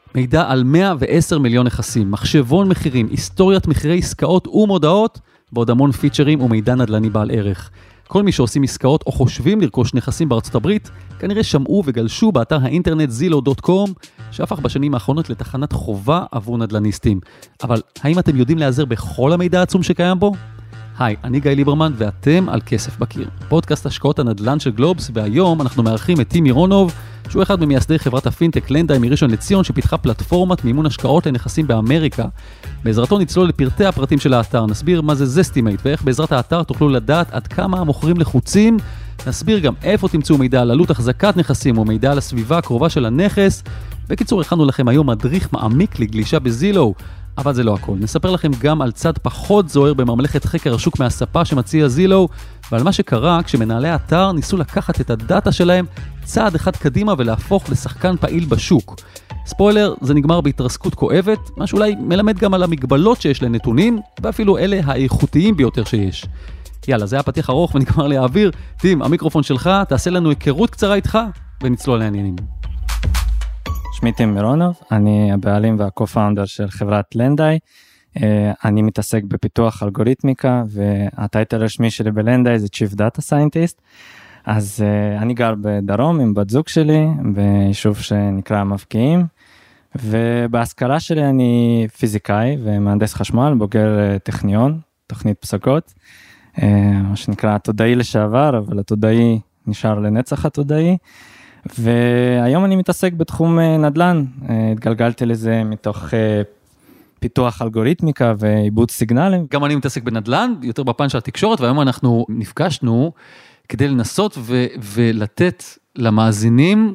מידע על 110 מיליון נכסים, מחשבון מחירים, היסטוריית מחירי עסקאות ומודעות, ועוד המון פיצ'רים ומידע נדל"ני בעל ערך. כל מי שעושים עסקאות או חושבים לרכוש נכסים בארצות הברית, כנראה שמעו וגלשו באתר האינטרנט zillow.com, שהפך בשנים האחרונות לתחנת חובה עבור נדל"ניסטים. אבל האם אתם יודעים להיעזר בכל המידע העצום שקיים בו? היי, אני גיא ליברמן ואתם על כסף בקיר. פודקאסט השקעות הנדל"ן של גלובס, והיום אנחנו מארחים את טים מירונוב, שהוא אחד ממייסדי חברת הפינטק לנדאי מראשון לציון, שפיתחה פלטפורמת מימון השקעות לנכסים באמריקה. בעזרתו נצלול לפרטי הפרטים של האתר, נסביר מה זה זסטימייט, ואיך בעזרת האתר תוכלו לדעת עד כמה המוכרים לחוצים, נסביר גם איפה תמצאו מידע על עלות החזקת נכסים ומידע על הסביבה הקרובה של הנכס. בקיצור, הכנו לכם היום מדריך מעמיק לגלישה בזילו, אבל זה לא הכל. נספר לכם גם על צד פחות זוהר בממלכת חקר השוק מהספה שמציע זילו, ועל מה שקרה כשמנהלי האתר ניסו לקחת את הדאטה שלהם צעד אחד קדימה ולהפוך לשחקן פעיל בשוק. ספוילר, זה נגמר בהתרסקות כואבת, מה שאולי מלמד גם על המגבלות שיש לנתונים, ואפילו אלה האיכותיים ביותר שיש. יאללה, זה היה פתיח ארוך ונגמר לי האוויר. טים, המיקרופון שלך, תעשה לנו היכרות קצרה איתך ונצלול לעניינים. שמי טים מירונוב, אני הבעלים והקו-פאונדר של חברת לנדאי. אני מתעסק בפיתוח אלגוריתמיקה, והטייטל הרשמי שלי בלנדאי זה Chief Data Scientist. אז אני גר בדרום עם בת זוג שלי, ביישוב שנקרא מבקיעים, ובהשכלה שלי אני פיזיקאי ומהנדס חשמל, בוגר טכניון, תוכנית פסגות, מה שנקרא התודעי לשעבר, אבל התודעי נשאר לנצח התודעי. והיום אני מתעסק בתחום נדל"ן, התגלגלתי לזה מתוך פיתוח אלגוריתמיקה ועיבוד סיגנלים. גם אני מתעסק בנדל"ן, יותר בפן של התקשורת, והיום אנחנו נפגשנו כדי לנסות ולתת למאזינים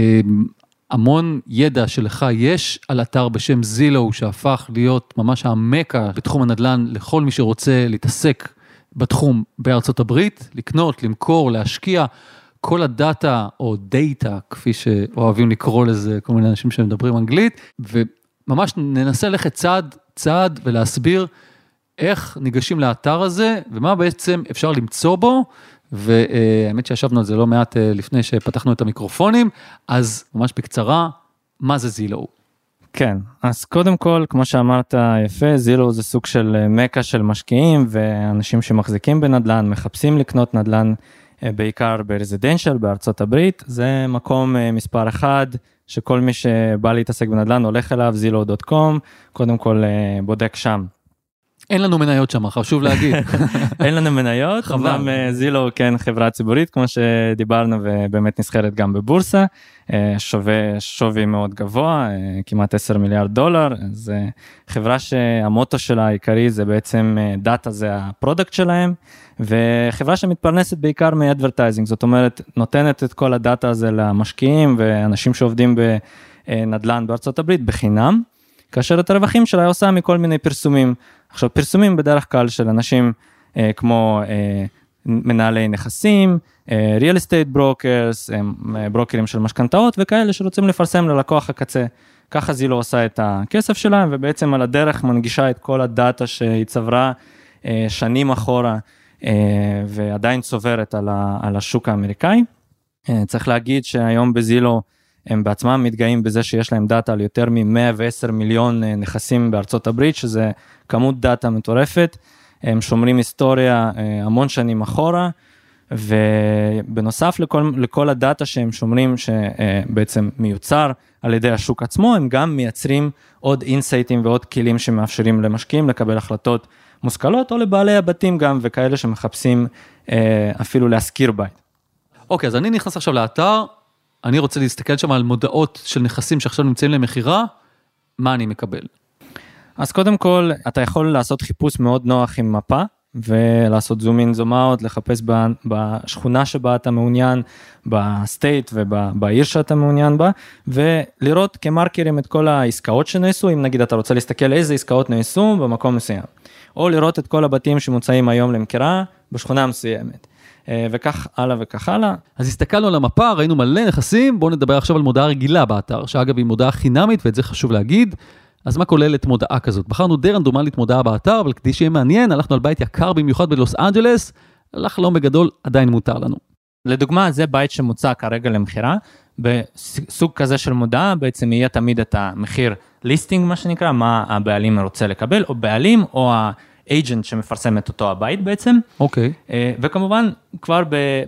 המון ידע שלך יש על אתר בשם זילו, שהפך להיות ממש המקה בתחום הנדל"ן לכל מי שרוצה להתעסק בתחום בארצות הברית, לקנות, למכור, להשקיע, כל הדאטה או דאטה, כפי שאוהבים לקרוא לזה, כל מיני אנשים שמדברים אנגלית, וממש ננסה ללכת צעד ולהסביר איך ניגשים לאתר הזה, ומה בעצם אפשר למצוא בו, והאמת שישבנו על זה לא מעט לפני שפתחנו את המיקרופונים, אז ממש בקצרה, מה זה זילו? כן, אז קודם כל, כמו שאמרת יפה, זילו זה סוג של מקה של משקיעים, ואנשים שמחזיקים בנדל"ן, מחפשים לקנות נדל"ן, בעיקר ברזידנשל בארצות הברית, זה מקום מספר אחד, שכל מי שבא להתעסק בנדל"ן הולך אליו, zillow.com, קודם כל בודק שם. אין לנו מניות שם, חשוב להגיד. אין לנו מניות, גם זילו כן חברה ציבורית, כמו שדיברנו, ובאמת נסחרת גם בבורסה, שווי מאוד גבוה, כמעט 10 מיליארד דולר, אז חברה שהמוטו שלה העיקרי זה בעצם דאטה, זה הפרודקט שלהם, וחברה שמתפרנסת בעיקר מאדברטייזינג, זאת אומרת, נותנת את כל הדאטה הזה למשקיעים, ואנשים שעובדים בנדל"ן בארצות הברית בחינם, כאשר את הרווחים שלה עושה מכל מיני פרסומים. עכשיו, פרסומים בדרך כלל של אנשים כמו מנהלי נכסים, real estate brokers, ברוקרים של משכנתאות וכאלה שרוצים לפרסם ללקוח הקצה. ככה זילו עושה את הכסף שלה, ובעצם על הדרך מנגישה את כל הדאטה שהיא צברה שנים אחורה, ועדיין צוברת על השוק האמריקאי. צריך להגיד שהיום בזילו, הם בעצמם מתגאים בזה שיש להם דאטה על יותר מ-110 מיליון נכסים בארצות הברית, שזה כמות דאטה מטורפת, הם שומרים היסטוריה המון שנים אחורה, ובנוסף לכל הדאטה שהם שומרים, שבעצם מיוצר על ידי השוק עצמו, הם גם מייצרים עוד אינסייטים ועוד כלים שמאפשרים למשקיעים לקבל החלטות מושכלות, או לבעלי הבתים גם, וכאלה שמחפשים אפילו להשכיר בית. אוקיי, אז אני נכנס עכשיו לאתר, אני רוצה להסתכל שם על מודעות של נכסים שעכשיו נמצאים למחירה, מה אני מקבל? אז קודם כל, אתה יכול לעשות חיפוש מאוד נוח עם מפה, ולעשות זום אין זום אאוט, לחפש בשכונה שבה אתה מעוניין, בסטייט ובעיר שאתה מעוניין בה, ולראות כמרקרים את כל העסקאות שנעשו, אם נגיד אתה רוצה להסתכל איזה עסקאות נעשו במקום מסוים, או לראות את כל הבתים שמוצאים היום למכירה בשכונה מסוימת. וכך הלאה וכך הלאה. אז הסתכלנו על המפה, ראינו מלא נכסים, בואו נדבר עכשיו על מודעה רגילה באתר, שאגב היא מודעה חינמית, ואת זה חשוב להגיד. אז מה כוללת מודעה כזאת? בחרנו די רנדומלית מודעה באתר, אבל כדי שיהיה מעניין, הלכנו על בית יקר במיוחד בלוס אנג'לס, הלך לא בגדול, עדיין מותר לנו. לדוגמה, זה בית שמוצע כרגע למחירה, בסוג כזה של מודעה בעצם יהיה תמיד את המחיר ליסטינג, מה שנקרא, מה הבעלים רוצה לקבל, או בעלים או האג'נט שמפרסם את אותו הבית בעצם. אוקיי. וכמובן כבר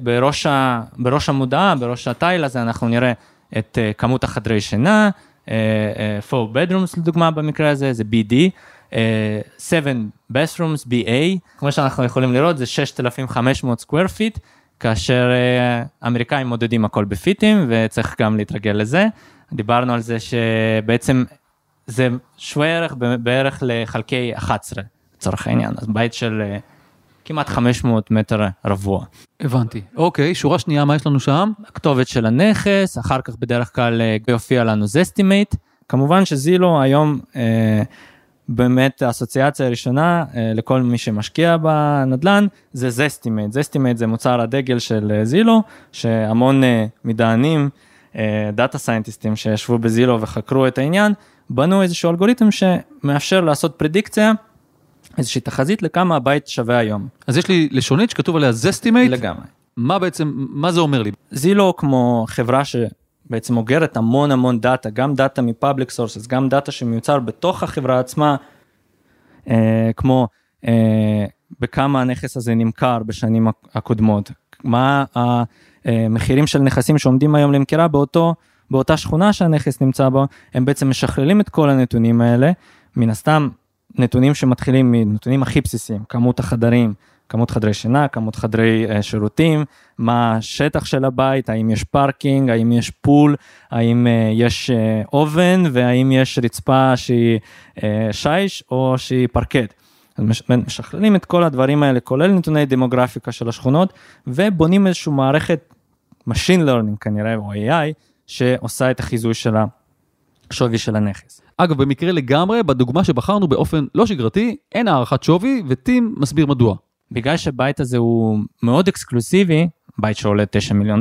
בראש המודעה, בראש הטייל הזה, אנחנו נראה את כמות החדרי שינה, 4 bedrooms לדוגמה במקרה הזה, זה BD, 7 bathrooms, BA, כמו שאנחנו יכולים לראות, זה 6,500 square feet, כאשר אמריקאים מודדים הכל בפיטים, וצריך גם להתרגל לזה. דיברנו על זה שבעצם זה שווה ערך בערך לחלקי 11, לצורך העניין, אז בית של כמעט 500 מטר רבוע. הבנתי. אוקיי, שורה שנייה, מה יש לנו שם? הכתובת של הנכס, אחר כך בדרך כלל יופיע לנו זסטימייט, כמובן שזילו היום באמת האסוציאציה הראשונה לכל מי שמשקיע בנדלן, זה זסטימייט. זסטימייט זה מוצר הדגל של זילו, שהמון מדענים, דאטה סיינטיסטים שישבו בזילו וחקרו את העניין, בנו איזשהו אלגוריתם שמאפשר לעשות פרדיקציה, איזושהי תחזית לכמה הבית שווה היום. אז יש לי לשונית שכתוב עליה זסטימייט. לגמרי. מה זה אומר לי? זילו כמו חברה בעצם אוגרת המון דאטה, גם דאטה מפאבליק סורסס, גם דאטה שמיוצר בתוך החברה עצמה, כמו בכמה הנכס הזה נמכר בשנים הקודמות, מה המחירים של נכסים שעומדים היום למכירה באותה שכונה שהנכס נמצא בו, הם בעצם משכללים את כל הנתונים האלה, מן הסתם נתונים שמתחילים מנתונים הכי בסיסיים, כמות החדרים, כמות חדרי שינה, כמות חדרי שירותים, מה השטח של הבית, האם יש פארקינג, האם יש פול, האם יש אובן, והאם יש רצפה שהיא שיש או שהיא פרקט. אז משכללים את כל הדברים האלה, כולל נתוני דמוגרפיקה של השכונות, ובונים איזושהי מערכת Machine Learning כנראה, או AI, שעושה את החיזוי של השווי של הנכס. אגב, במקרה לגמרי, בדוגמה שבחרנו באופן לא שגרתי, אין הערכת שווי, וטים מסביר מדוע. בגלל שהבית הזה הוא מאוד אקסקלוסיבי, בית שעולה $9 מיליון,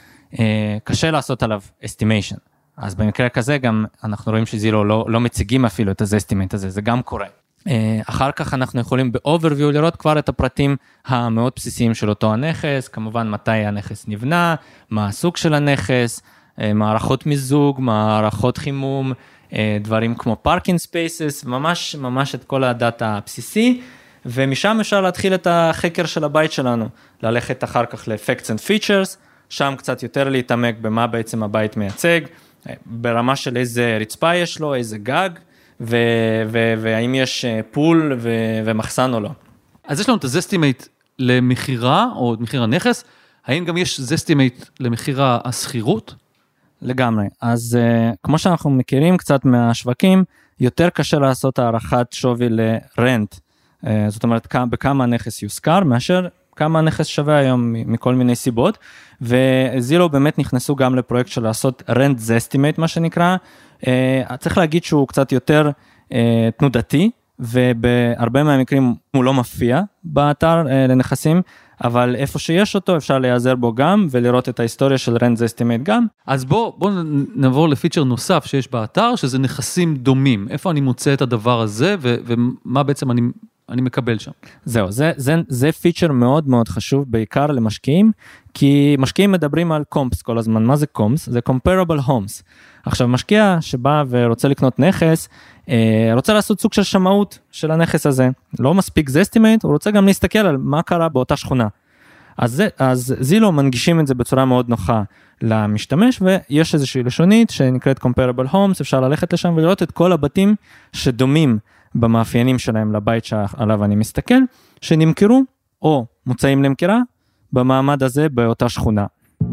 קשה לעשות עליו estimation. אז במקרה כזה גם אנחנו רואים שזילו לא מציגים אפילו את ה-estimate הזה, זה גם קורה. אחר כך אנחנו יכולים ב-overview לראות כבר את הפרטים המאוד בסיסיים של אותו הנכס, כמובן מתי הנכס נבנה, מה הסוג של הנכס, מערכות מיזוג, מערכות חימום, דברים כמו parking spaces, ממש את כל הדאטה הבסיסי, ומשם אפשר להתחיל את החקר של הבית שלנו, ללכת אחר כך ל-Facts and Features, שם קצת יותר להתעמק במה בעצם הבית מייצג, ברמה של איזה רצפה יש לו, איזה גג, והאם יש פול ומחסן או לא. אז יש לנו את הזסטימייט למחירה, או מחיר הנכס, האם גם יש זסטימייט למחיר הסחירות? לגמרי, אז כמו שאנחנו מכירים קצת מהשווקים, יותר קשה לעשות הערכת שווי לרנט, זאת אומרת בכמה הנכס יושכר, מאשר כמה הנכס שווה היום מכל מיני סיבות, וזילו באמת נכנסו גם לפרויקט של לעשות רנט זסטימייט מה שנקרא, צריך להגיד שהוא קצת יותר תנודתי, ובהרבה מהמקרים הוא לא מופיע באתר לנכסים, אבל איפה שיש אותו אפשר להיעזר בו גם, ולראות את ההיסטוריה של רנט זסטימייט גם. אז בוא נעבור לפיצ'ר נוסף שיש באתר, שזה נכסים דומים. איפה אני מוצא את הדבר הזה, ומה בעצם אני מקבל שם? זהו, זה פיצ'ר מאוד מאוד חשוב, בעיקר למשקיעים, כי משקיעים מדברים על קומפס כל הזמן. מה זה קומפס? זה comparable homes. עכשיו, משקיע שבא ורוצה לקנות נכס, רוצה לעשות סוג של שמאות של הנכס הזה. לא מספיק זסטימייט, הוא רוצה גם להסתכל על מה קרה באותה שכונה. אז זילו מנגישים את זה בצורה מאוד נוחה למשתמש, ויש איזושהי לשונית שנקראת comparable homes, אפשר ללכת לשם ולראות את כל הבתים שדומים במאפיינים שלהם לבית שעליו אני מסתכל, שנמכרו או מוצאים למכירה במעמד הזה באותה שכונה.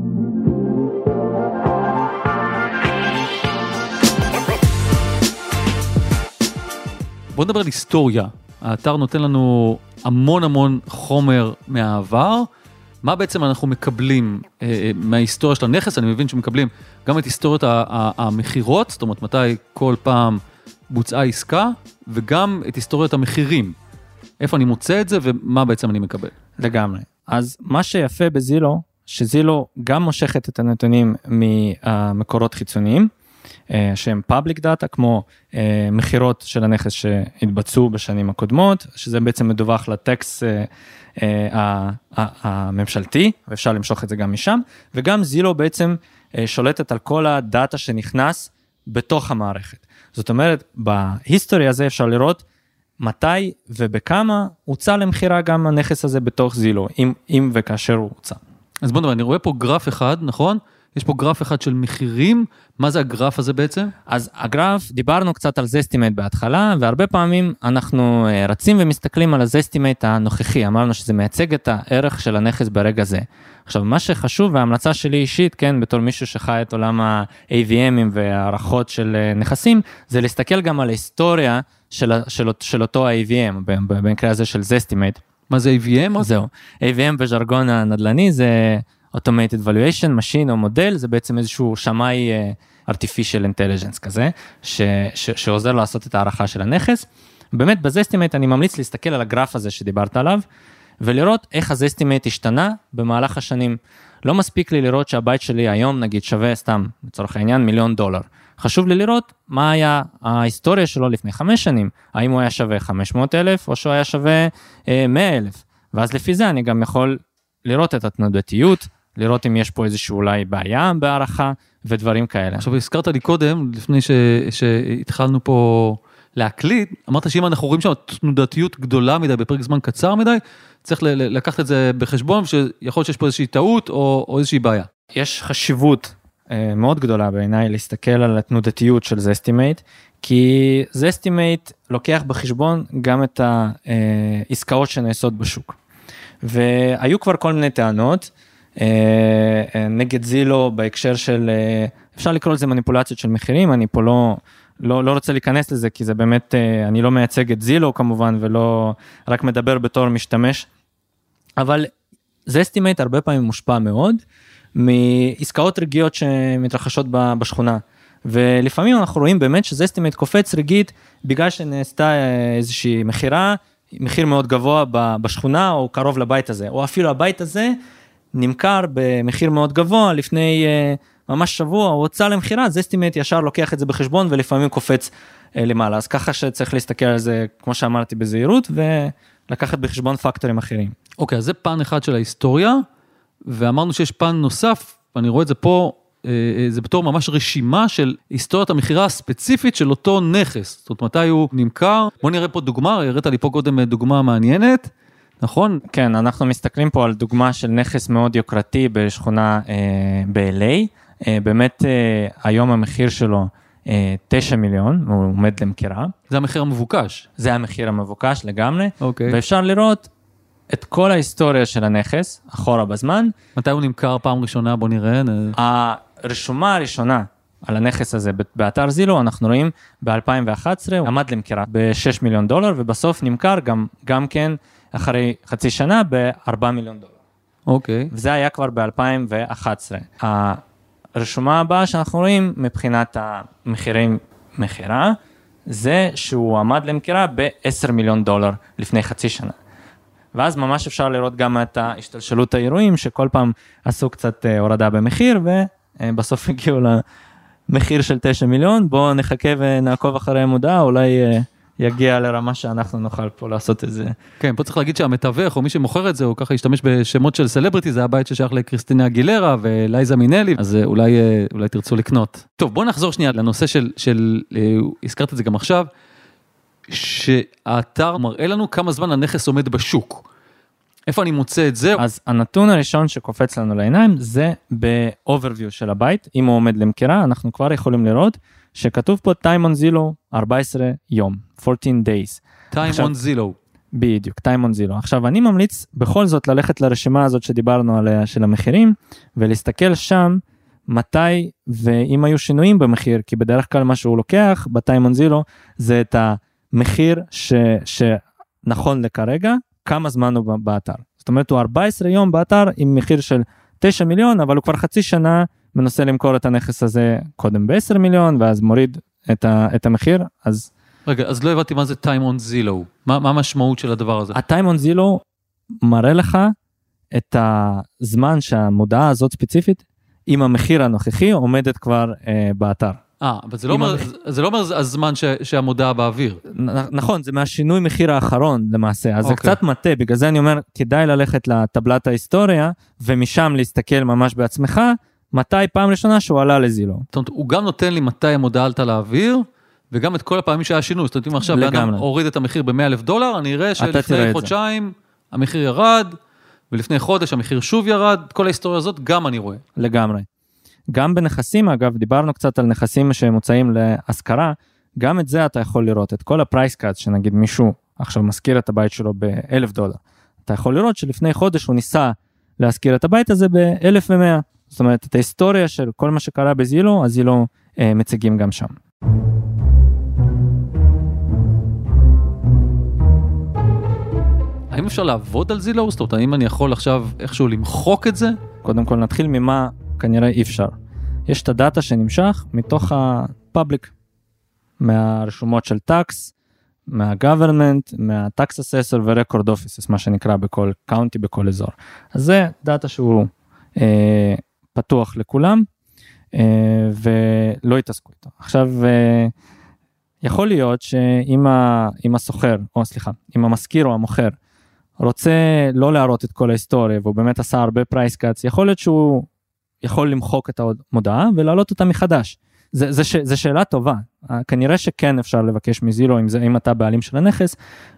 בוא נדבר על היסטוריה. האתר נותן לנו המון חומר מהעבר. מה בעצם אנחנו מקבלים מההיסטוריה של הנכס? אני מבין שמקבלים גם את היסטוריות המחירות, זאת אומרת מתי כל פעם בוצעה עסקה, וגם את היסטוריות המחירים. איפה אני מוצא את זה ומה בעצם אני מקבל? לגמרי. אז מה שיפה בזילו, שזילו גם מושכת את הנתונים ממקורות חיצוניים, שהם פאבליק דאטה, כמו מחירות של הנכס שהתבצעו בשנים הקודמות, שזה בעצם מדווח לטקסט הממשלתי, ואפשר למשוך את זה גם משם, וגם זילו בעצם שולטת על כל הדאטה שנכנס בתוך המערכת. זאת אומרת, בהיסטוריה הזה אפשר לראות מתי ובכמה הוצא למחירה גם הנכס הזה בתוך זילו, אם וכאשר הוא הוצא. אז בוא נדבר, אני רואה פה גרף אחד, נכון? יש פה גרף אחד של מחירים, מה זה הגרף הזה בעצם? אז הגרף, דיברנו קצת על זסטימט בהתחלה, והרבה פעמים אנחנו רצים ומסתכלים על הזסטימט הנוכחי, אמרנו שזה מייצג את הערך של הנכס ברגע זה. עכשיו, מה שחשוב, וההמלצה שלי אישית, כן, בתור מישהו שחי את עולם ה-AVMים והערכות של נכסים, זה להסתכל גם על ההיסטוריה של אותו ה-AVM, במקרה הזה של זסטימט. מה זה AVM? זהו. AVM בז'רגון הנדל"ני זה Automated Valuation, Machine או מודל, זה בעצם איזשהו שמאי Artificial Intelligence כזה, שעוזר לעשות את הערכה של הנכס. באמת בזסטימט אני ממליץ להסתכל על הגרף הזה שדיברת עליו, ולראות איך הזסטימט השתנה במהלך השנים. לא מספיק לי לראות שהבית שלי היום נגיד שווה סתם, לצורך העניין, $1,000,000. חשוב לי לראות מה היה ההיסטוריה שלו לפני 5 שנים, האם הוא היה שווה 500,000 או שהוא היה שווה 100,000, ואז לפי זה אני גם יכול לראות את התנודתיות, לראות אם יש פה איזושהי אולי בעיה בהערכה ודברים כאלה. עכשיו הזכרת לי קודם, לפני שהתחלנו פה להקליט, אמרת שאם אנחנו רואים שם תנודתיות גדולה מדי בפרק זמן קצר מדי, צריך לקחת את זה בחשבון, שיכול להיות שיש פה איזושהי טעות או איזושהי בעיה. יש חשיבות מאוד גדולה בעיניי להסתכל על התנודתיות של זסטימט, כי זסטימט לוקח בחשבון גם את העסקאות שנעשות בשוק. והיו כבר כל מיני טענות, נגד זילו בהקשר של, אפשר לקרוא לזה מניפולציות של מחירים, אני פה לא רוצה להיכנס לזה, כי זה באמת, אני לא מייצג את זילו כמובן, ולא רק מדבר בתור משתמש, אבל זסטימט הרבה פעמים מושפע מאוד, מעסקאות רגעיות שמתרחשות בשכונה, ולפעמים אנחנו רואים באמת שזסטימט קופץ רגעית, בגלל שנעשתה איזושהי מחירה, מחיר מאוד גבוה בשכונה, או קרוב לבית הזה, או אפילו הבית הזה, נמכר במחיר מאוד גבוה, לפני ממש שבוע, הוא הוצא למחירה, זסטימט ישר לוקח את זה בחשבון, ולפעמים קופץ למעלה, אז ככה שצריך להסתכל על זה, כמו שאמרתי, בזהירות, ולקחת בחשבון פקטורים אחרים. אוקיי, אז זה פן אחד של ההיסטוריה, ואמרנו שיש פן נוסף, ואני רואה את זה פה, זה בתור ממש רשימה של היסטוריית המחירה הספציפית של אותו נכס, זאת אומרת, מתי הוא נמכר, בוא נראה פה דוגמה, הראית לי פה קודם דוגמה מעניינת, נכון? כן, אנחנו מסתכלים פה על דוגמה של נכס מאוד יוקרתי בשכונה ב-LA, באמת היום המחיר שלו 9 מיליון, הוא עומד למכירה. זה המחיר המבוקש. זה המחיר המבוקש לגמרי, אוקיי. ואפשר לראות את כל ההיסטוריה של הנכס, אחורה בזמן. מתי הוא נמכר פעם ראשונה, בוא נראה. הרשומה הראשונה על הנכס הזה באתר זילו, אנחנו רואים ב-2011, הוא עמד למכירה ב$6 מיליון, ובסוף נמכר גם כן אחרי חצי שנה ב$4 מיליון. אוקיי. וזה היה כבר ב-2011. הרשומה הבאה שאנחנו רואים מבחינת המחירי מחירה, זה שהוא עמד למכירה ב$10 מיליון לפני חצי שנה. ואז ממש אפשר לראות גם את ההשתלשלות האירועים, שכל פעם עשו קצת הורדה במחיר, ובסוף הגיעו למחיר של 9 מיליון, בואו נחכה ונעקוב אחרי המודעה, אולי יגיע לרמה שאנחנו נוכל פה לעשות את זה. כן, פה צריך להגיד שהמתווך, או מי שמוכר את זה, הוא ככה ישתמש בשמות של סלבריטי, זה הבית ששייך לקריסטינה אגילרה ולייזה מינלי, אז אולי תרצו לקנות. טוב, בואו נחזור שנייה לנושא של הזכרת את זה גם עכשיו, שהאתר מראה לנו כמה זמן הנכס עומד בשוק. איפה אני מוצא את זה? אז הנתון הראשון שקופץ לנו לעיניים, זה ב-overview של הבית, אם הוא עומד למכירה, אנחנו כבר יכולים לראות, שכתוב פה time on zillow 14 יום, 14 days. time on zillow. בדיוק, time on zillow. עכשיו אני ממליץ בכל זאת ללכת לרשימה הזאת שדיברנו עליה של המחירים, ולהסתכל שם מתי, ואם היו שינויים במחיר, כי בדרך כלל מה שהוא לוקח ב-time on zillow, זה את המחיר שנכון לכרגע, כמה זמן הוא באתר. זאת אומרת, הוא 14 יום באתר עם מחיר של 9 מיליון, אבל הוא כבר חצי שנה מנסה למכור את הנכס הזה קודם ב-10 מיליון, ואז מוריד את המחיר, אז... רגע, אז לא הבנתי מה זה time on zillow. מה המשמעות של הדבר הזה? ה-time on zillow מראה לך את הזמן שהמודעה הזאת ספציפית, עם המחיר הנוכחי, עומדת כבר באתר. אבל זה לא אומר הזמן שהמודעה באוויר. נכון, זה מהשינוי מחיר האחרון למעשה, אז זה קצת מטה, בגלל זה אני אומר, כדאי ללכת לטבלת ההיסטוריה, ומשם להסתכל ממש בעצמך, מתי פעם ראשונה שהוא עלה לזילו. זאת אומרת, הוא גם נותן לי מתי המודעה עלתה לאוויר, וגם את כל הפעמים שהיה שינוי. זאת אומרת, אם עכשיו באדם הוריד את המחיר ב$100,000, אני אראה שלפני חודשיים המחיר ירד, ולפני חודש המחיר שוב ירד, כל ההיסטוריה הזאת גם אני רואה. לגמרי. גם בנכסים, אגב, דיברנו קצת על נכסים שמוצאים להשכרה, גם את זה אתה יכול לראות, את כל הפרייס קאט, שנגיד מישהו עכשיו מזכיר את הבית שלו $1,000. אתה יכול לראות שלפני חודש הוא ניסה להזכיר את הבית הזה ב$1,100. זאת אומרת, את ההיסטוריה של כל מה שקרה בזילו, אז זילו מציגים גם שם. האם אפשר לעבוד על זילו? זאת אומרת, האם אני יכול עכשיו איכשהו למחוק את זה? קודם כל נתחיל ממה כנראה אי אפשר. יש את הדאטה שנמשך מתוך הפאבליק, מהרשומות של טקס, מה-government, מה-tax assessor ו-record offices, מה שנקרא בכל קאונטי, בכל אזור. אז זה דאטה שהוא פתוח לכולם, ולא יתעסקו איתו. עכשיו, יכול להיות שאם הסוחר, או סליחה, אם המזכיר או המוכר, רוצה לא להראות את כל ההיסטוריה, והוא באמת עשה הרבה פרייס קאטס, יכול להיות שהוא יכול למחוק את המודעה, ולהעלות אותה מחדש. זה שאלה טובה. כנראה שכן אפשר לבקש מזילו, אם אתה בעלים של הנכס,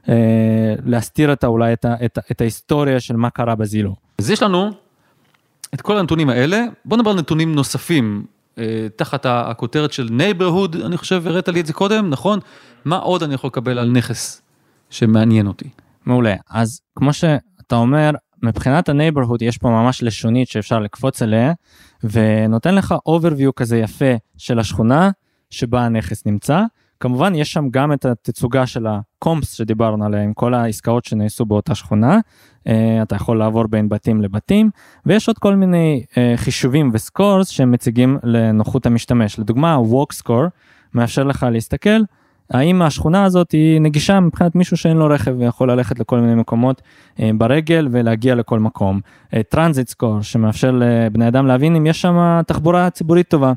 להסתיר אולי את ההיסטוריה של מה קרה בזילו. אז יש לנו את כל הנתונים האלה, בוא נדבר על נתונים נוספים, תחת הכותרת של neighborhood, אני חושב, הראת לי את זה קודם, נכון? מה עוד אני יכול לקבל על נכס שמעניין אותי? מעולה. אז כמו שאתה אומר, מבחינת ה-neighborhood יש פה ממש לשונית שאפשר לקפוץ אליה, ונותן לך overview כזה יפה של השכונה שבה הנכס נמצא. כמובן יש שם גם את התצוגה של הקומפס שדיברנו עליה, עם כל העסקאות שנעשו באותה שכונה. אתה יכול לעבור בין בתים לבתים, ויש עוד כל מיני חישובים וסקורס שמציגים לנוחות המשתמש. לדוגמה, walk score מאפשר לך להסתכל, האם השכונה הזאת היא נגישה מבחינת מישהו שאין לו רכב ויכול ללכת לכל מיני מקומות ברגל ולהגיע לכל מקום. טרנזיט סקור שמאפשר לבני אדם להבין אם יש שם תחבורה ציבורית טובה.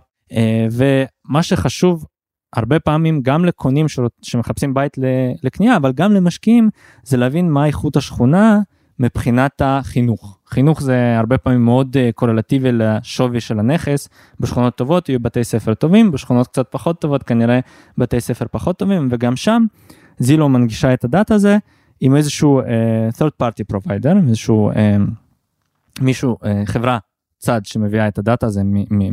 ומה שחשוב הרבה פעמים גם לקונים שמחפשים בית לקנייה, אבל גם למשקיעים, זה להבין מה איכות השכונה מבחינת החינוך. חינוך זה הרבה פעמים מאוד קורלטיבי לשווי של הנכס. בשכונות טובות יהיו בתי ספר טובים, בשכונות קצת פחות טובות כנראה בתי ספר פחות טובים, וגם שם זילו מנגישה את הדאטה הזה עם איזשהו third party provider, איזשהו מישהו, חברה צד שמביאה את הדאטה הזה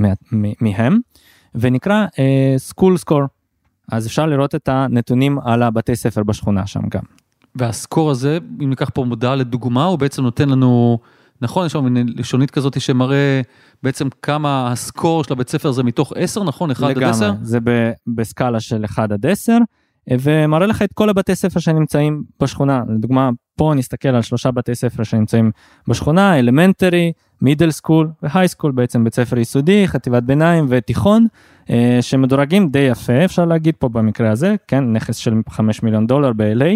מהם, ונקרא school score. אז אפשר לראות את הנתונים על הבתי ספר בשכונה שם גם. והסקור הזה, אם ניקח פה מודעה לדוגמה, הוא בעצם נותן לנו, נכון, יש לנו לשונית כזאת שמראה בעצם כמה הסקור של הבית ספר זה מתוך 10, נכון? 1 עד 10? זה בסקאלה של 1 עד 10, ומראה לך את כל הבתי ספר שנמצאים בשכונה. לדוגמה, פה נסתכל על 3 בתי ספר שנמצאים בשכונה, אלמנטרי, מידל סקול והי סקול, בעצם בית ספר יסודי, חטיבת ביניים ותיכון, שמדורגים די יפה, אפשר להגיד פה במקרה הזה, כן, נכס של $5 מיליון ב-LA,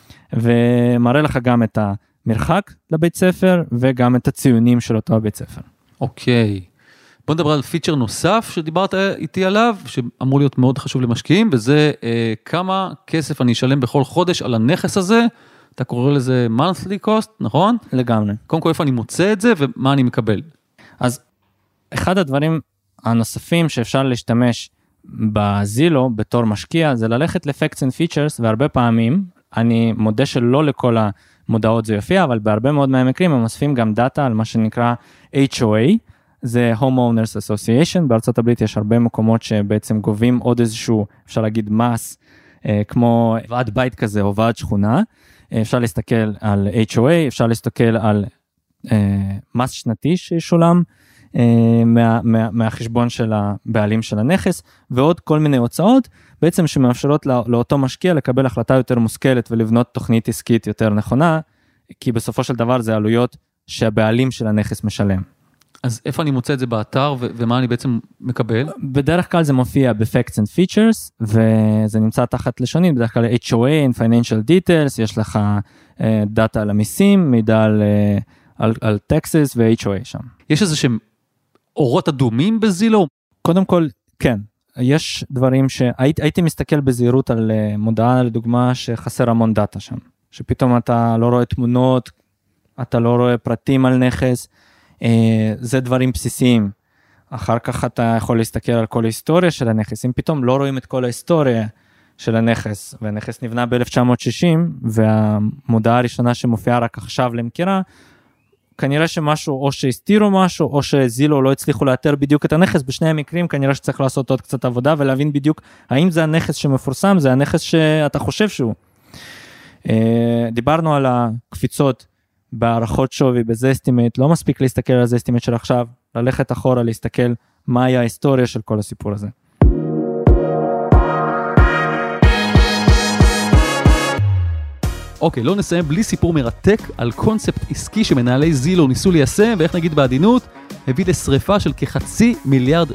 ומראה לך גם את המרחק לבית ספר, וגם את הציונים של אותו הבית ספר. אוקיי. בוא נדבר על פיצ'ר נוסף שדיברת איתי עליו, שאמור להיות מאוד חשוב למשקיעים, וזה כמה כסף אני אשלם בכל חודש על הנכס הזה, אתה קורא לזה monthly cost, נכון? לגמרי. קודם כל איפה אני מוצא את זה, ומה אני מקבל? אז אחד הדברים הנוספים שאפשר להשתמש בזילו בתור משקיע, זה ללכת ל-Facts and Features, והרבה פעמים, אני מודה שלא לכל המודעות זה יופיע, אבל בהרבה מאוד מהמקרים הם מוספים גם דאטה על מה שנקרא HOA, זה Homeowners Association, בארצות הברית יש הרבה מקומות שבעצם גובים עוד איזשהו, אפשר להגיד מס, כמו ועד בית כזה או ועד שכונה, אפשר להסתכל על HOA, אפשר להסתכל על מס שנתי שישולם מהחשבון של הבעלים של הנכס, ועוד כל מיני הוצאות, בעצם שמאפשרות לאותו משקיע לקבל החלטה יותר מושכלת ולבנות תוכנית עסקית יותר נכונה, כי בסופו של דבר זה עלויות שהבעלים של הנכס משלם. אז איפה אני מוצא את זה באתר, ומה אני בעצם מקבל? בדרך כלל זה מופיע ב-Facts and Features, וזה נמצא תחת לשונית, בדרך כלל HOA, in Financial Details, יש לך דאטה על המיסים, מידע על Taxes ו-HOA שם. יש איזה שהם אורות אדומים בזילו? קודם כל, כן. יש דברים שהייתי מסתכל בזהירות על מודעה, לדוגמה, שחסר המון דאטה שם. שפתאום אתה לא רואה תמונות, אתה לא רואה פרטים על נכס, זה דברים בסיסיים. אחר כך אתה יכול להסתכל על כל ההיסטוריה של הנכס, אם פתאום לא רואים את כל ההיסטוריה של הנכס, והנכס נבנה ב-1960, והמודעה הראשונה שמופיעה רק עכשיו למכירה, כנראה שמשהו, או שהסתירו משהו, או שזילו לא הצליחו לאתר בדיוק את הנכס, בשני המקרים כנראה שצריך לעשות עוד קצת עבודה, ולהבין בדיוק האם זה הנכס שמפורסם, זה הנכס שאתה חושב שהוא. דיברנו על הקפיצות בהערכות שווי, בזה אסטימט, לא מספיק להסתכל על זה אסטימט של עכשיו, ללכת אחורה, להסתכל מה היה ההיסטוריה של כל הסיפור הזה. אוקיי, לא נסיים בלי סיפור מרתק על קונספט עסקי שמנהלי זילו ניסו ליישם, ואיך נגיד בעדינות, הביא לשריפה של כ$500 מיליארד.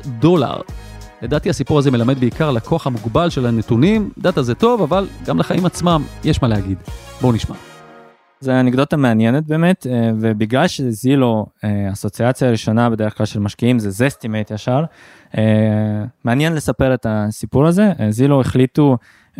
לדעתי הסיפור הזה מלמד בעיקר לקוח המוגבל של הנתונים, דאטה זה טוב, אבל גם לחיים עצמם יש מה להגיד. בואו נשמע. זה אנקדוטה מעניינת באמת, ובגלל שזילו, האסוציאציה הראשונה בדרך כלל של משקיעים, זה זסטימט ישר, מעניין לספר את הסיפור הזה. זילו החליטו,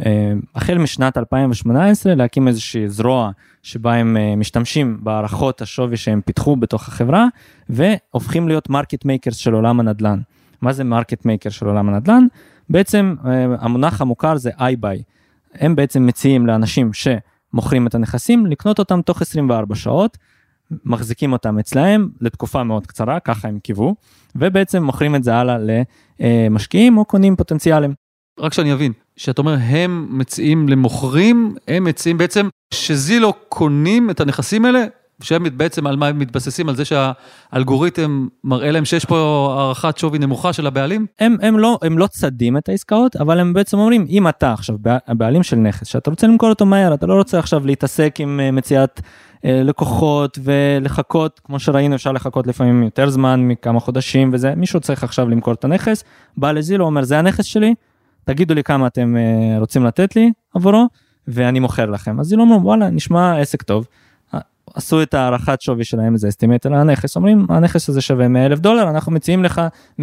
החל משנת 2018, להקים איזושהי זרוע שבה הם משתמשים בערכות השווי שהם פיתחו בתוך החברה, והופכים להיות מרקט מייקרס של עולם הנדל"ן. מה זה מרקט מייקר של עולם הנדל"ן? בעצם המונח המוכר זה iBuy. הם בעצם מציעים לאנשים שמוכרים את הנכסים, לקנות אותם תוך 24 שעות, מחזיקים אותם אצלהם לתקופה מאוד קצרה, ככה הם קיוו, ובעצם מוכרים את זה הלאה למשקיעים או קונים פוטנציאליים. רק שאני אבין, שאת אומר, הם מציעים למוכרים, הם מציעים בעצם שזילו קונים את הנכסים האלה, שהם בעצם על מה הם מתבססים, על זה שהאלגוריתם מראה להם שיש פה הערכת שווי נמוכה של הבעלים? הם לא צדים את העסקאות, אבל הם בעצם אומרים, אם אתה עכשיו הבעלים של נכס, שאתה רוצה למכור אותו מהר, אתה לא רוצה עכשיו להתעסק עם מציאת לקוחות ולחכות, כמו שראינו אפשר לחכות לפעמים יותר זמן, מכמה חודשים וזה, מישהו צריך עכשיו למכור את הנכס, בא לזילו, אומר, זה הנכס שלי, תגידו לי כמה אתם רוצים לתת לי עבורו, ואני מוכר לכם. אז זילו אומר, וואלה, נשמע עסק טוב. עשו את הערכת שווי שלהם, זה אסטימט על הנכס, אומרים, הנכס הזה שווה $100,000, אנחנו מציעים לך $100,000,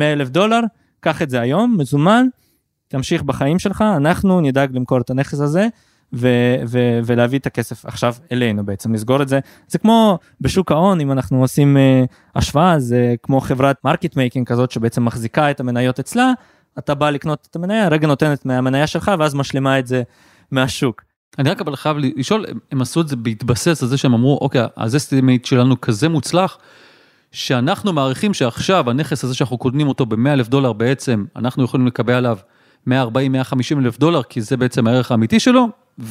קח את זה היום, מזומן, תמשיך בחיים שלך, אנחנו נדאג למכור את הנכס הזה, ולהביא את הכסף עכשיו אלינו בעצם, לסגור את זה. זה כמו בשוק ההון, אם אנחנו עושים השוואה, זה כמו חברת מרקט מייקינג כזאת, שבעצם מחזיקה את המניות אצלה, אתה בא לקנות את המניה, רגע נותנת מהמניה שלך, ואז משלימה את זה מהשוק. אני רק אבל חייב לשאול, הם עשו את זה בהתבסס על זה שהם אמרו, אוקיי, אז אסטימט שלנו כזה מוצלח, שאנחנו מעריכים שעכשיו הנכס הזה שאנחנו קודנים אותו $100,000 בעצם, אנחנו יכולים לקבל עליו $140,000-150,000, כי זה בעצם הערך האמיתי שלו,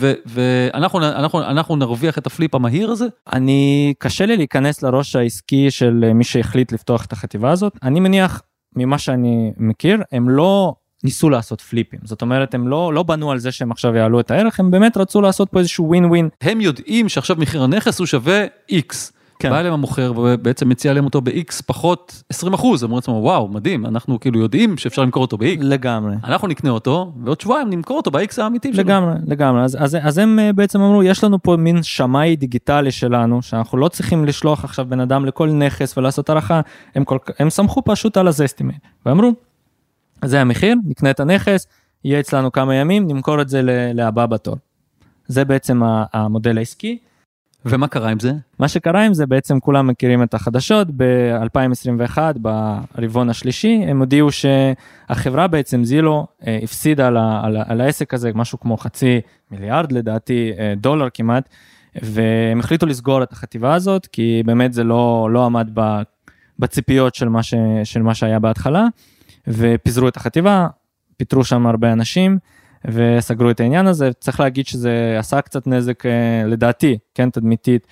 ואנחנו נרוויח את הפליפ המהיר הזה? קשה לי להיכנס לראש העסקי של מי שהחליט לפתוח את החטיבה הזאת. אני מניח, ממה שאני מכיר, הם לא ניסו לעשות פליפים. זאת אומרת, הם לא בנו על זה שהם עכשיו יעלו את הערך, הם באמת רצו לעשות פה איזשהו ווין ווין. הם יודעים שעכשיו מחיר הנכס הוא שווה X. כן. בא אליהם המוכר ובעצם מציע להם אותו ב-X פחות 20%. הם אומרים לעצמם, וואו, מדהים, אנחנו כאילו יודעים שאפשר למכור אותו ב-X. לגמרי. אנחנו נקנה אותו, ועוד שבועיים נמכור אותו ב-X האמיתי שלו. לגמרי. אז הם בעצם אמרו, יש לנו פה מין שמאי דיגיטלי שלנו, שאנחנו לא צריכים לשלוח עכשיו בן אדם לכל נכס ולעשות הערכה, הם סמכו פשוט על הזסטימט. ואמרו, זה המחיר, נקנה את הנכס, יהיה אצלנו כמה ימים, נמכור את זה להבא בתור. זה בעצם המודל העסקי. ומה קרה עם זה? מה שקרה עם זה, בעצם כולם מכירים את החדשות, ב-2021, ברבעון השלישי, הם הודיעו שהחברה בעצם זילו, הפסידה על העסק הזה, משהו כמו $500 מיליארד, לדעתי, דולר כמעט, והם החליטו לסגור את החטיבה הזאת, כי באמת זה לא עמד בציפיות של מה שהיה בהתחלה, ופיזרו את החטיבה, פיטרו שם הרבה אנשים, וסגרו את העניין הזה. צריך להגיד שזה עשה קצת נזק, לדעתי, כן, תדמיתית,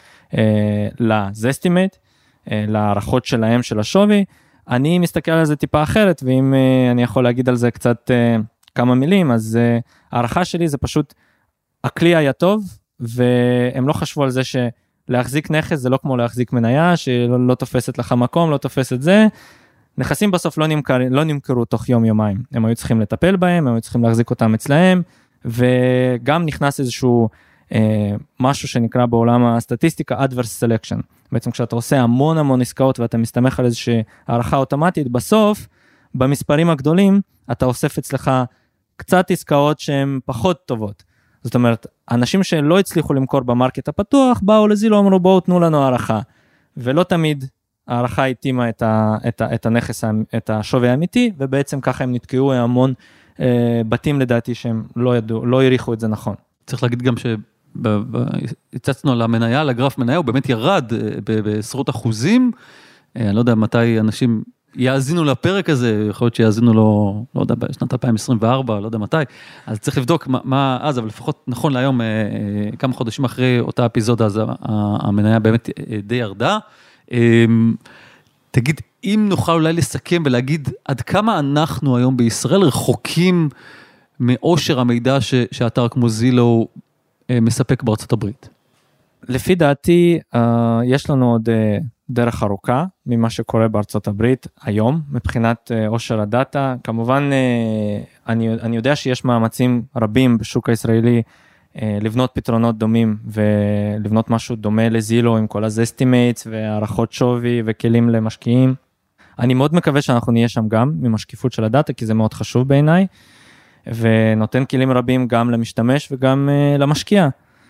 לזסטימט, להערכות שלהם של השווי. אני מסתכל על זה טיפה אחרת, ואם אני יכול להגיד על זה קצת כמה מילים, אז הערכה שלי זה פשוט, הכלי היה טוב, והם לא חשבו על זה שלהחזיק נכס זה לא כמו להחזיק מניה, שלא תופסת לך מקום, לא תופסת זה, נכסים בסוף לא נמכרו תוך יום-יומיים, הם היו צריכים לטפל בהם, הם היו צריכים להחזיק אותם אצלהם, וגם נכנס איזשהו משהו שנקרא בעולם הסטטיסטיקה, adverse selection, בעצם כשאתה עושה המון עסקאות, ואתה מסתמך על איזושהי הערכה אוטומטית, בסוף, במספרים הגדולים, אתה אוסף אצלך קצת עסקאות שהן פחות טובות, זאת אומרת, אנשים שלא הצליחו למכור במרקט הפתוח, באו לזילו, אמרו בואו תנו לנו הערכה, ולא תמיד הערכה התאימה את הנכס, את השווי האמיתי, ובעצם ככה הם נתקעו המון בתים לדעתי שהם לא העריכו את זה נכון. צריך להגיד גם הצצנו על המניה, לגרף מניה, הוא באמת ירד בעשרות אחוזים, אני לא יודע מתי אנשים יאזינו לפרק הזה, יכול להיות שיאזינו לו, לא יודע, בשנת 2024, לא יודע מתי, אז צריך לבדוק מה אז, אבל לפחות נכון להיום, כמה חודשים אחרי אותה אפיזודה, אז המניה באמת די ירדה. תגיד, אם נוכל אולי לסכם ולהגיד, עד כמה אנחנו היום בישראל רחוקים מאושר המידע שאתר כמו זילו מספק בארצות הברית? לפי דעתי, יש לנו עוד דרך ארוכה ממה שקורה בארצות הברית היום, מבחינת אושר הדאטה. כמובן, אני יודע שיש מאמצים רבים בשוק הישראלי לבנות פתרונות דומים, ולבנות משהו דומה לזילו עם כל הזסטימייטס והערכות שווי וכלים למשקיעים. אני מאוד מקווה שאנחנו נהיה שם גם ממשקיפות של הדאטה, כי זה מאוד חשוב בעיניי, ונותן כלים רבים גם למשתמש וגם למשקיע.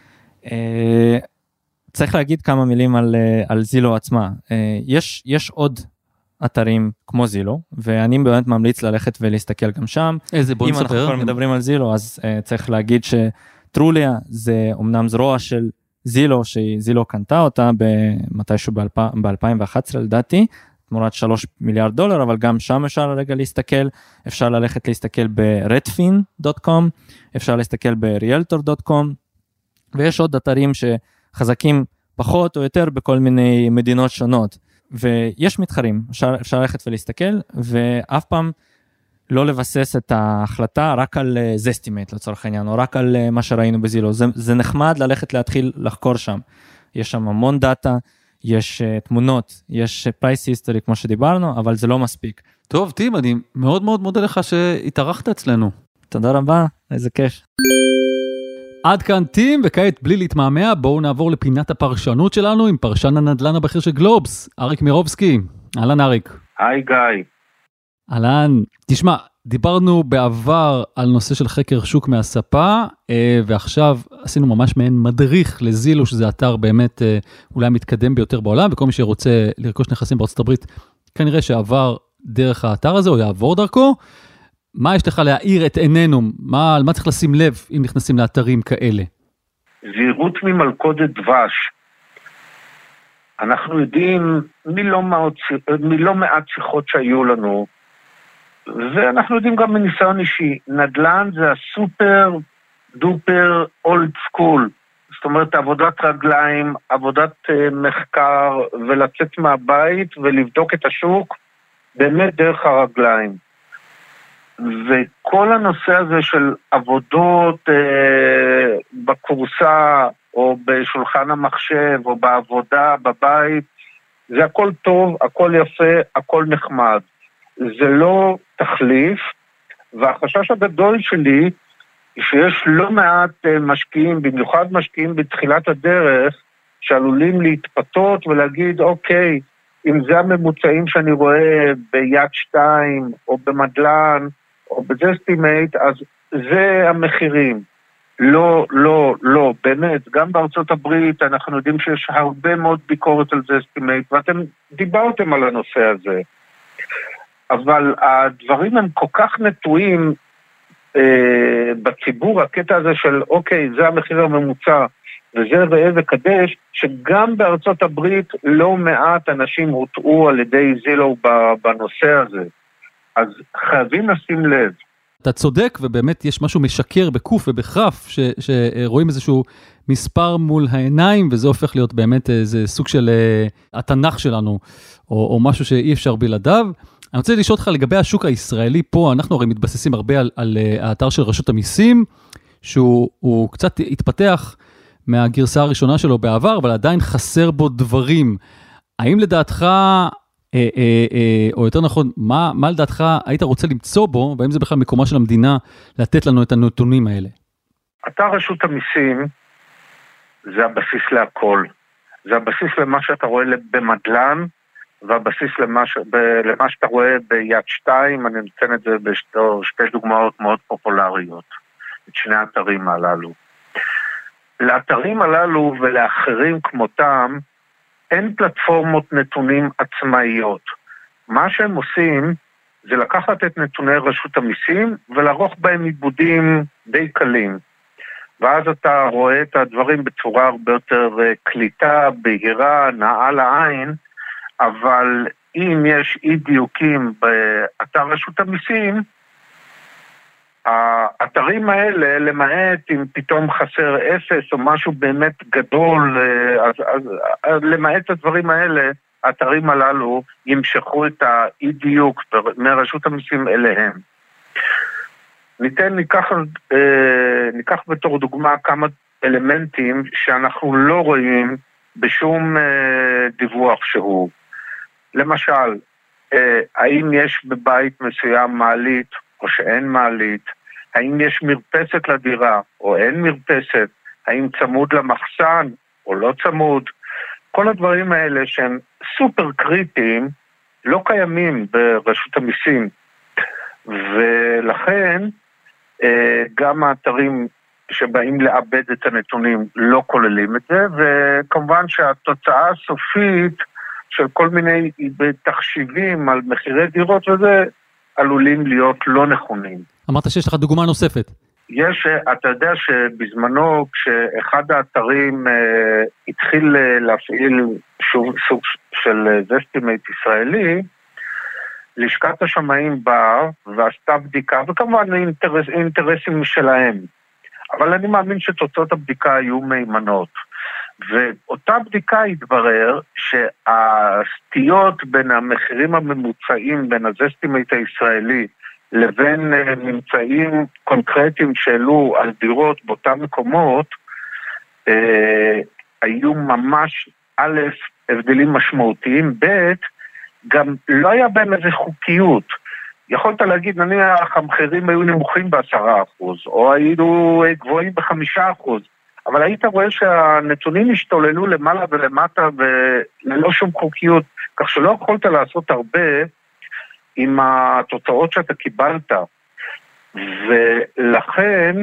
צריך להגיד כמה מילים על זילו עצמה. יש עוד אתרים כמו זילו, ואני באמת ממליץ ללכת ולהסתכל גם שם. איזה, בוא נספר. אם אנחנו כבר מדברים על זילו, אז צריך להגיד שטרוליה זה אומנם זרוע של זילו, שזילו קנתה אותה מתישהו ב-2011 לדעתי, תמורת $3 מיליארד, אבל גם שם אפשר רגע להסתכל, אפשר ללכת להסתכל ב-redfin.com, אפשר להסתכל ב-realtor.com, ויש עוד אתרים שחזקים פחות או יותר בכל מיני מדינות שונות, ויש מתחרים, אפשר ללכת ולהסתכל, ואף פעם לא לבסס את ההחלטה רק על זסטימט לצורך העניין, או רק על מה שראינו בזילו, זה נחמד ללכת להתחיל לחקור שם, יש שם המון דאטה, יש תמונות, יש פרייס היסטורי כמו שדיברנו, אבל זה לא מספיק. טוב, טים, אני מאוד מאוד מודה לך שהתארחת אצלנו. תודה רבה, איזה כיף. עד כאן טים, וכעת בלי להתמהמה, בואו נעבור לפינת הפרשנות שלנו עם פרשן הנדל"ן הבכיר של גלובס, אריק מירובסקי. אהלן אריק. היי גיא. אהלן, תשמע, דיברנו בעבר על נושא של חקר שוק מהספה, ועכשיו עשינו ממש מעין מדריך לזילו, שזה אתר באמת אולי מתקדם ביותר בעולם, וכל מי שרוצה לרכוש נכסים בארצות הברית, כנראה שעבר דרך האתר הזה, או יעבור דרכו. מה יש לך להאיר את עינינו? על מה צריך לשים לב אם נכנסים לאתרים כאלה? זהירות ממלכודת דבש. אנחנו יודעים מלא מעט שיחות שהיו לנו, ואנחנו יודעים גם מניסיון אישי, נדל"ן זה הסופר דופר אולד סקול, זאת אומרת עבודת רגליים, עבודת מחקר, ולצאת מהבית ולבדוק את השוק, באמת דרך הרגליים. וכל הנושא הזה של עבודות בקורסה, או בשולחן המחשב, או בעבודה, בבית, זה הכל טוב, הכל יפה, הכל נחמד. זה לא תחליף, והחשש הגדול שלי, שיש לא מעט משקיעים, במיוחד משקיעים בתחילת הדרך, שעלולים להתפתות ולהגיד, אוקיי, אם זה הממוצעים שאני רואה ביד 2, או במדלן, או בזסטימייט, אז זה המחירים. לא, לא, לא, באמת, גם בארצות הברית אנחנו יודעים שיש הרבה מאוד ביקורת על זסטימייט, ואתם דיברתם על הנושא הזה. אבל הדברים הם כל כך נטועים בציבור, הקטע הזה של אוקיי, זה המחיר הממוצע, וזה ראה וקדש, שגם בארצות הברית לא מעט אנשים הוטעו על ידי זילו בנושא הזה. אז חייבים לשים לב. אתה צודק, ובאמת יש משהו משקר בקוף ובחרף, שרואים איזשהו מספר מול העיניים, וזה הופך להיות באמת איזה סוג של התנ"ך שלנו, או משהו שאי אפשר בלעדיו. אני רוצה לשאול אותך לגבי השוק הישראלי פה, אנחנו הרי מתבססים הרבה על האתר של רשות המיסים, שהוא קצת התפתח מהגרסה הראשונה שלו בעבר, אבל עדיין חסר בו דברים. האם לדעתך, או יותר נכון, מה לדעתך היית רוצה למצוא בו, והאם זה בכלל מקומה של המדינה לתת לנו את הנתונים האלה? אתר רשות המיסים זה הבסיס להכל. זה הבסיס למה שאתה רואה במדלן, והבסיס למה שאתה רואה ביד 2, אני נותן את זה בשתי דוגמאות מאוד פופולריות, את שני האתרים הללו. לאתרים הללו ולאחרים כמותם, אין פלטפורמות נתונים עצמאיות. מה שהם עושים זה לקחת את נתוני רשות המיסים ולערוך בהם עיבודים די קלים. ואז אתה רואה את הדברים בצורה הרבה יותר קליטה, בהירה, נאה לעין, אבל אם יש אי דיוקים באתר רשות המיסים, האתרים האלה, למעט אם פתאום חסר 0 או משהו באמת גדול, אז למעט הדברים האלה, האתרים הללו ימשכו את האי דיוק מרשות המיסים אליהם. ניקח בתור דוגמה כמה אלמנטים שאנחנו לא רואים בשום דיווח שהוא. למשל, האם יש בבית מסוים מעלית או שאין מעלית, האם יש מרפסת לדירה או אין מרפסת, האם צמוד למחסן או לא צמוד, כל הדברים האלה שהם סופר קריטיים לא קיימים ברשות המיסים, ולכן גם האתרים שבאים לאבד את הנתונים לא כוללים את זה, וכמובן שהתוצאה הסופית של כל מיני תחשיבים על מחירי דירות וזה עלולים להיות לא נכונים. אמרת שיש לך דוגמה נוספת. אתה יודע שבזמנו כשאחד האתרים התחיל להפעיל סוג של זסטימייט ישראלי, לשכת השמאים באה ועשתה בדיקה, וכמובן אינטרסים שלהם. אבל אני מאמין שתוצאות הבדיקה היו מהימנות. ואותה בדיקה התברר שהסטיות בין המחירים הממוצעים, בין הזסטימייט הישראלי, לבין ממצאים קונקרטיים שעלו על דירות באותם מקומות, היו ממש א', הבדלים משמעותיים, ב', גם לא היה בהם איזה חוקיות. יכולת להגיד, נניח המחירים היו נמוכים ב10%, או היו גבוהים ב5%, אבל היית רואה שהנתונים השתוללו למעלה ולמטה וללא שום חוקיות, כך שלא יכולת לעשות הרבה עם התוצאות שאתה קיבלת. ולכן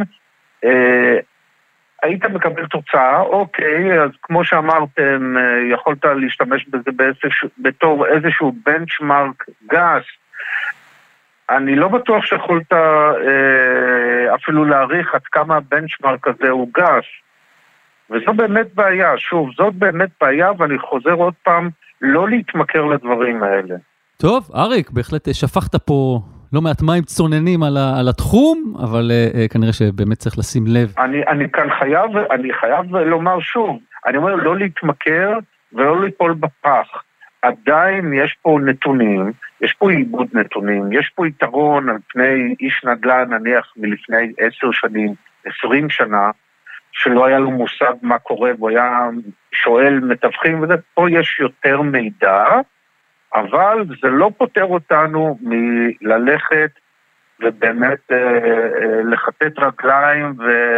היית מקבל תוצאה, אוקיי, אז כמו שאמרתם, יכולת להשתמש בזה בתור איזשהו בנצ'מרק גס. אני לא בטוח שיכולת אפילו להעריך עד כמה הבנצ'מרק הזה הוא גס. וזו באמת בעיה, שוב, זאת באמת בעיה, ואני חוזר עוד פעם, לא להתמכר לדברים האלה. טוב, אריק, בהחלט שפכת פה לא מעט מים צוננים על התחום, אבל כנראה שבאמת צריך לשים לב. אני כאן חייב לומר שוב, אני אומר לא להתמכר ולא ליפול בפח. עדיין יש פה נתונים, יש פה עיבוד נתונים, יש פה יתרון על פני איש נדל"ן, נניח מלפני 10 שנים, 20 שנה, שלא היה לו מושג מה קורה, והוא היה שואל מתווכים, ופה יש יותר מידע, אבל זה לא פותר אותנו מללכת ובאמת לחטט רגליים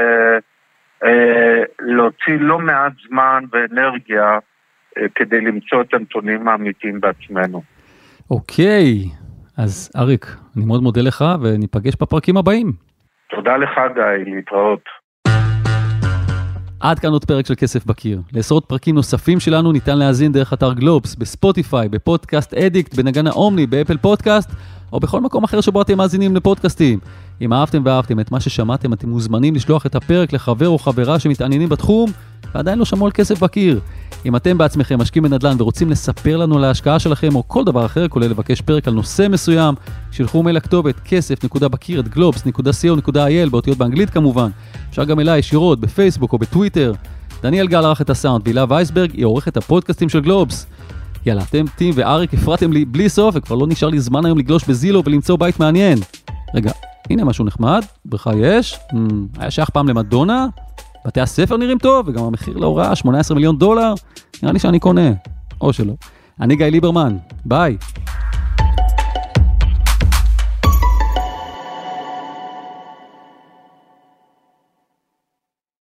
ולהוציא לא מעט זמן ואנרגיה כדי למצוא את הנתונים האמיתיים בעצמנו. אוקיי, אז אריק, אני מאוד מודה לך וניפגש בפרקים הבאים. תודה לך גיא, להתראות. עד כאן עוד פרק של כסף בקיר. לעשרות פרקים נוספים שלנו ניתן להזין דרך אתר גלובס, בספוטיפיי, בפודקאסט אדיקט, בנגן האומני, באפל פודקאסט, או בכל מקום אחר שבו אתם מאזינים לפודקאסטים. אם אהבתם ואהבתם את מה ששמעתם, אתם מוזמנים לשלוח את הפרק לחבר או חברה שמתעניינים בתחום, ועדיין לא שמעו על כסף בקיר. אם אתם בעצמכם משקיעים בנדל"ן ורוצים לספר לנו על ההשקעה שלכם או כל דבר אחר, כולל לבקש פרק על נושא מסוים, שלחו מייל לכתובת כסף.בקיר@globes.co.il, באותיות באנגלית כמובן. אפשר גם אליי ישירות בפייסבוק או בטוויטר. דניאל גל ערך את הסאונד, והילה וייסברג היא עורכת הפודקאסטים של גלובס. יאללה, אתם, טים ואריק, הפרעתם לי בלי סוף, וכבר לא נשאר לי זמן היום לגלוש בזילו ולמצוא בית מעניין. רגע, הנה משהו נחמד, בריכה יש, היה שייך פעם למדונה, בתי הספר נראים טוב, וגם המחיר להוראה $18 מיליון, נראה לי שאני קונה, או שלא. אני גיא ליברמן, ביי.